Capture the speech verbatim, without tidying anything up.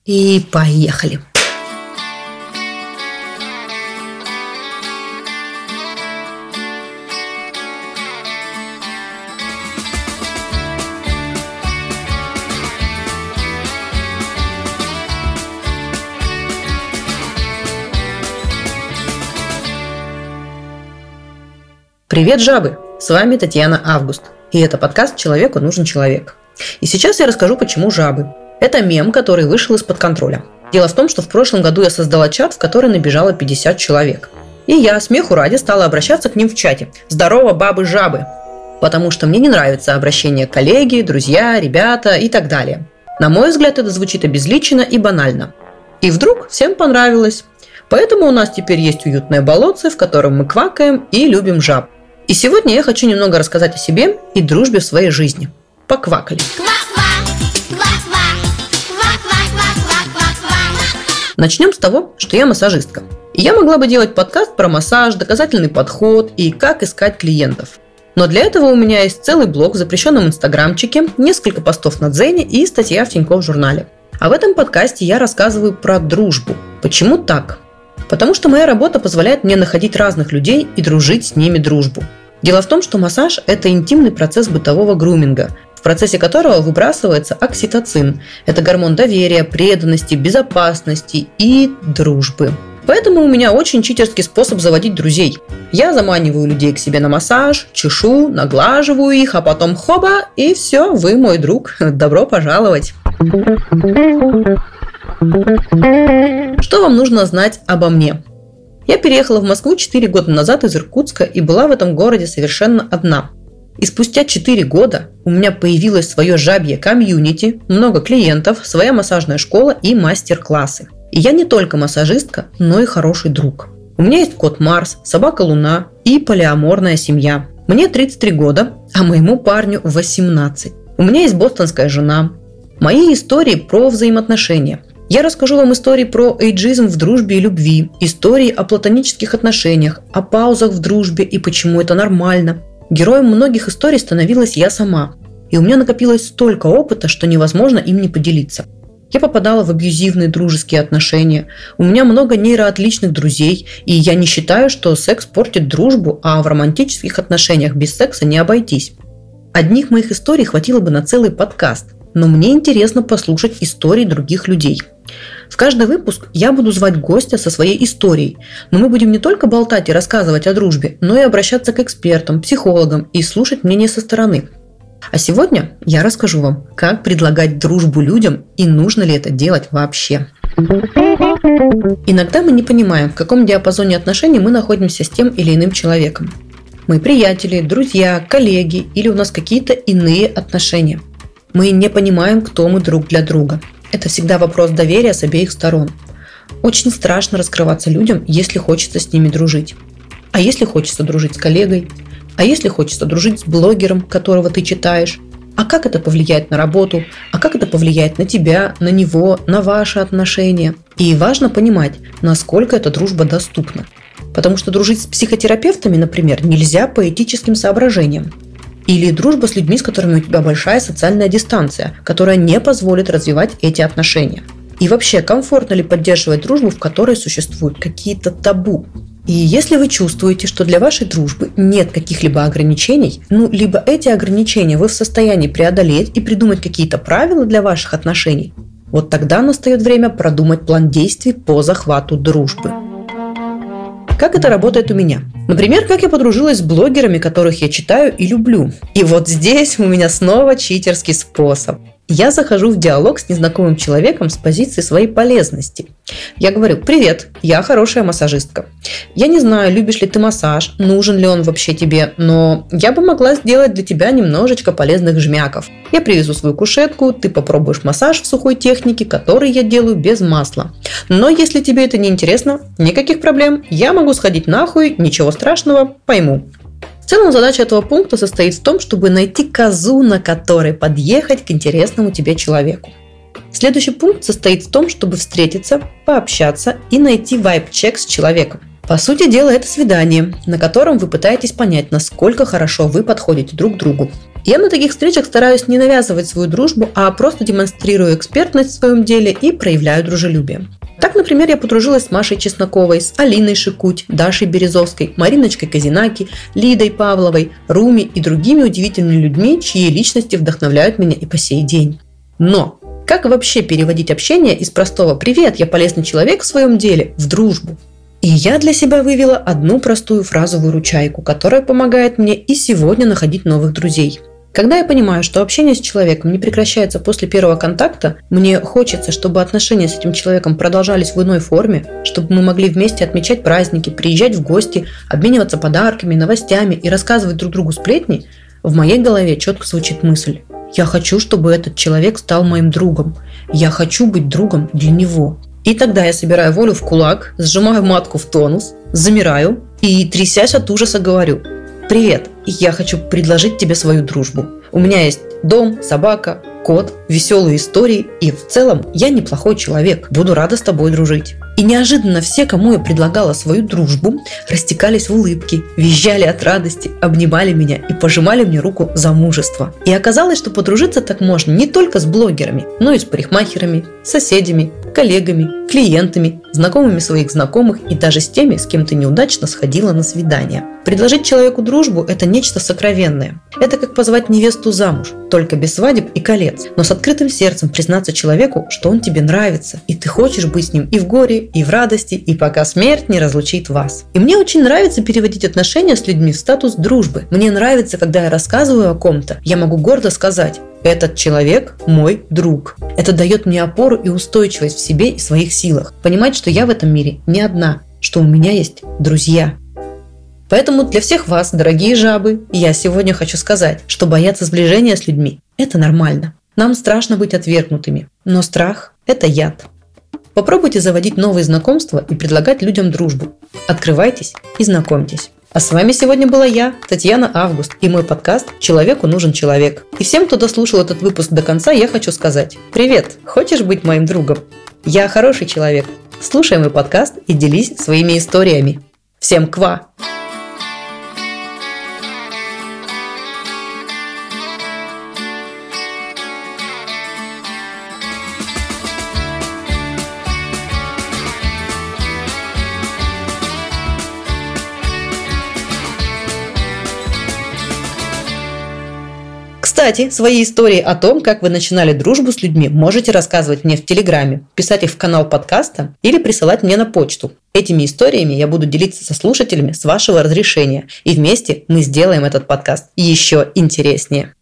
И поехали! Привет, жабы! С вами Татьяна Август. И это подкаст «Человеку нужен человек». И сейчас я расскажу, почему жабы. Это мем, который вышел из-под контроля. Дело в том, что в прошлом году я создала чат, в который набежало пятьдесят человек. И я, смеху ради, стала обращаться к ним в чате. «Здорово, бабы-жабы!» Потому что мне не нравится обращение коллеги, друзья, ребята и так далее. На мой взгляд, это звучит обезличенно и банально. И вдруг всем понравилось. Поэтому у нас теперь есть уютное болотце, в котором мы квакаем и любим жаб. И сегодня я хочу немного рассказать о себе и дружбе в своей жизни. Поквакали. Начнем с того, что я массажистка. И я могла бы делать подкаст про массаж, доказательный подход и как искать клиентов. Но для этого у меня есть целый блог в запрещенном инстаграмчике, несколько постов на Дзене и статья в Тинькофф журнале. А в этом подкасте я рассказываю про дружбу. Почему так? Потому что моя работа позволяет мне находить разных людей и дружить с ними дружбу. Дело в том, что массаж – это интимный процесс бытового груминга, в процессе которого выбрасывается окситоцин. Это гормон доверия, преданности, безопасности и дружбы. Поэтому у меня очень читерский способ заводить друзей. Я заманиваю людей к себе на массаж, чешу, наглаживаю их, а потом хоба, и все, вы мой друг. Добро пожаловать! Что вам нужно знать обо мне? Я переехала в Москву четыре года назад из Иркутска и была в этом городе совершенно одна. И спустя четыре года у меня появилось свое жабье комьюнити, много клиентов, своя массажная школа и мастер-классы. И я не только массажистка, но и хороший друг. У меня есть кот Марс, собака Луна и полиаморная семья. Мне тридцать три года, а моему парню восемнадцать. У меня есть бостонская жена. Мои истории про взаимоотношения. Я расскажу вам истории про эйджизм в дружбе и любви, истории о платонических отношениях, о паузах в дружбе и почему это нормально. Героем многих историй становилась я сама. И у меня накопилось столько опыта, что невозможно им не поделиться. Я попадала в абьюзивные дружеские отношения. У меня много нейроотличных друзей, и я не считаю, что секс портит дружбу, а в романтических отношениях без секса не обойтись. Одних моих историй хватило бы на целый подкаст, но мне интересно послушать истории других людей. В каждый выпуск я буду звать гостя со своей историей, но мы будем не только болтать и рассказывать о дружбе, но и обращаться к экспертам, психологам и слушать мнение со стороны. А сегодня я расскажу вам, как предлагать дружбу людям и нужно ли это делать вообще. Иногда мы не понимаем, в каком диапазоне отношений мы находимся с тем или иным человеком. Мы приятели, друзья, коллеги или у нас какие-то иные отношения. Мы не понимаем, кто мы друг для друга. Это всегда вопрос доверия с обеих сторон. Очень страшно раскрываться людям, если хочется с ними дружить. А если хочется дружить с коллегой? А если хочется дружить с блогером, которого ты читаешь? А как это повлияет на работу? А как это повлияет на тебя, на него, на ваши отношения? И важно понимать, насколько эта дружба доступна. Потому что дружить с психотерапевтами, например, нельзя по этическим соображениям. Или дружба с людьми, с которыми у тебя большая социальная дистанция, которая не позволит развивать эти отношения. И вообще, комфортно ли поддерживать дружбу, в которой существуют какие-то табу? И если вы чувствуете, что для вашей дружбы нет каких-либо ограничений, ну, либо эти ограничения вы в состоянии преодолеть и придумать какие-то правила для ваших отношений, вот тогда настает время продумать план действий по захвату дружбы. Как это работает у меня? Например, как я подружилась с блогерами, которых я читаю и люблю. И вот здесь у меня снова читерский способ. Я захожу в диалог с незнакомым человеком с позиции своей полезности. Я говорю: «Привет, я хорошая массажистка. Я не знаю, любишь ли ты массаж, нужен ли он вообще тебе, но я бы могла сделать для тебя немножечко полезных жмяков. Я привезу свою кушетку, ты попробуешь массаж в сухой технике, который я делаю без масла. Но если тебе это не интересно, никаких проблем, я могу сходить нахуй, ничего страшного, пойму». В целом задача этого пункта состоит в том, чтобы найти козу, на которой подъехать к интересному тебе человеку. Следующий пункт состоит в том, чтобы встретиться, пообщаться и найти вайб-чек с человеком. По сути дела, это свидание, на котором вы пытаетесь понять, насколько хорошо вы подходите друг к другу. Я на таких встречах стараюсь не навязывать свою дружбу, а просто демонстрирую экспертность в своем деле и проявляю дружелюбие. Так, например, я подружилась с Машей Чесноковой, с Алиной Шикуть, Дашей Березовской, Мариночкой Козинаки, Лидой Павловой, Руми и другими удивительными людьми, чьи личности вдохновляют меня и по сей день. Но как вообще переводить общение из простого «Привет, я полезный человек в своем деле» в дружбу? И я для себя вывела одну простую фразу-выручайку, которая помогает мне и сегодня находить новых друзей. Когда я понимаю, что общение с человеком не прекращается после первого контакта, мне хочется, чтобы отношения с этим человеком продолжались в иной форме, чтобы мы могли вместе отмечать праздники, приезжать в гости, обмениваться подарками, новостями и рассказывать друг другу сплетни, в моей голове четко звучит мысль: я хочу, чтобы этот человек стал моим другом. Я хочу быть другом для него. И тогда я собираю волю в кулак, сжимаю матку в тонус, замираю и, трясясь от ужаса, говорю: «Привет, я хочу предложить тебе свою дружбу. У меня есть дом, собака, кот, веселые истории, и в целом я неплохой человек. Буду рада с тобой дружить». И неожиданно все, кому я предлагала свою дружбу, растекались в улыбки, визжали от радости, обнимали меня и пожимали мне руку за мужество. И оказалось, что подружиться так можно не только с блогерами, но и с парикмахерами, соседями, коллегами, клиентами, знакомыми своих знакомых и даже с теми, с кем ты неудачно сходила на свидание. Предложить человеку дружбу – это нечто сокровенное. Это как позвать невесту замуж, только без свадеб и колец, но с открытым сердцем признаться человеку, что он тебе нравится, и ты хочешь быть с ним и в горе, и в радости, и пока смерть не разлучит вас. И мне очень нравится переводить отношения с людьми в статус дружбы. Мне нравится, когда я рассказываю о ком-то, я могу гордо сказать: этот человек мой друг. Это дает мне опору и устойчивость в себе и своих силах. Понимать, что я в этом мире не одна, что у меня есть друзья. Поэтому для всех вас, дорогие жабы, я сегодня хочу сказать, что бояться сближения с людьми – это нормально. Нам страшно быть отвергнутыми, но страх – это яд. Попробуйте заводить новые знакомства и предлагать людям дружбу. Открывайтесь и знакомьтесь. А с вами сегодня была я, Татьяна Август, и мой подкаст «Человеку нужен человек». И всем, кто дослушал этот выпуск до конца, я хочу сказать: привет, хочешь быть моим другом? Я хороший человек. Слушай мой подкаст и делись своими историями. Всем ква! Кстати, свои истории о том, как вы начинали дружбу с людьми, можете рассказывать мне в Телеграме, писать их в канал подкаста или присылать мне на почту. Этими историями я буду делиться со слушателями с вашего разрешения, и вместе мы сделаем этот подкаст еще интереснее.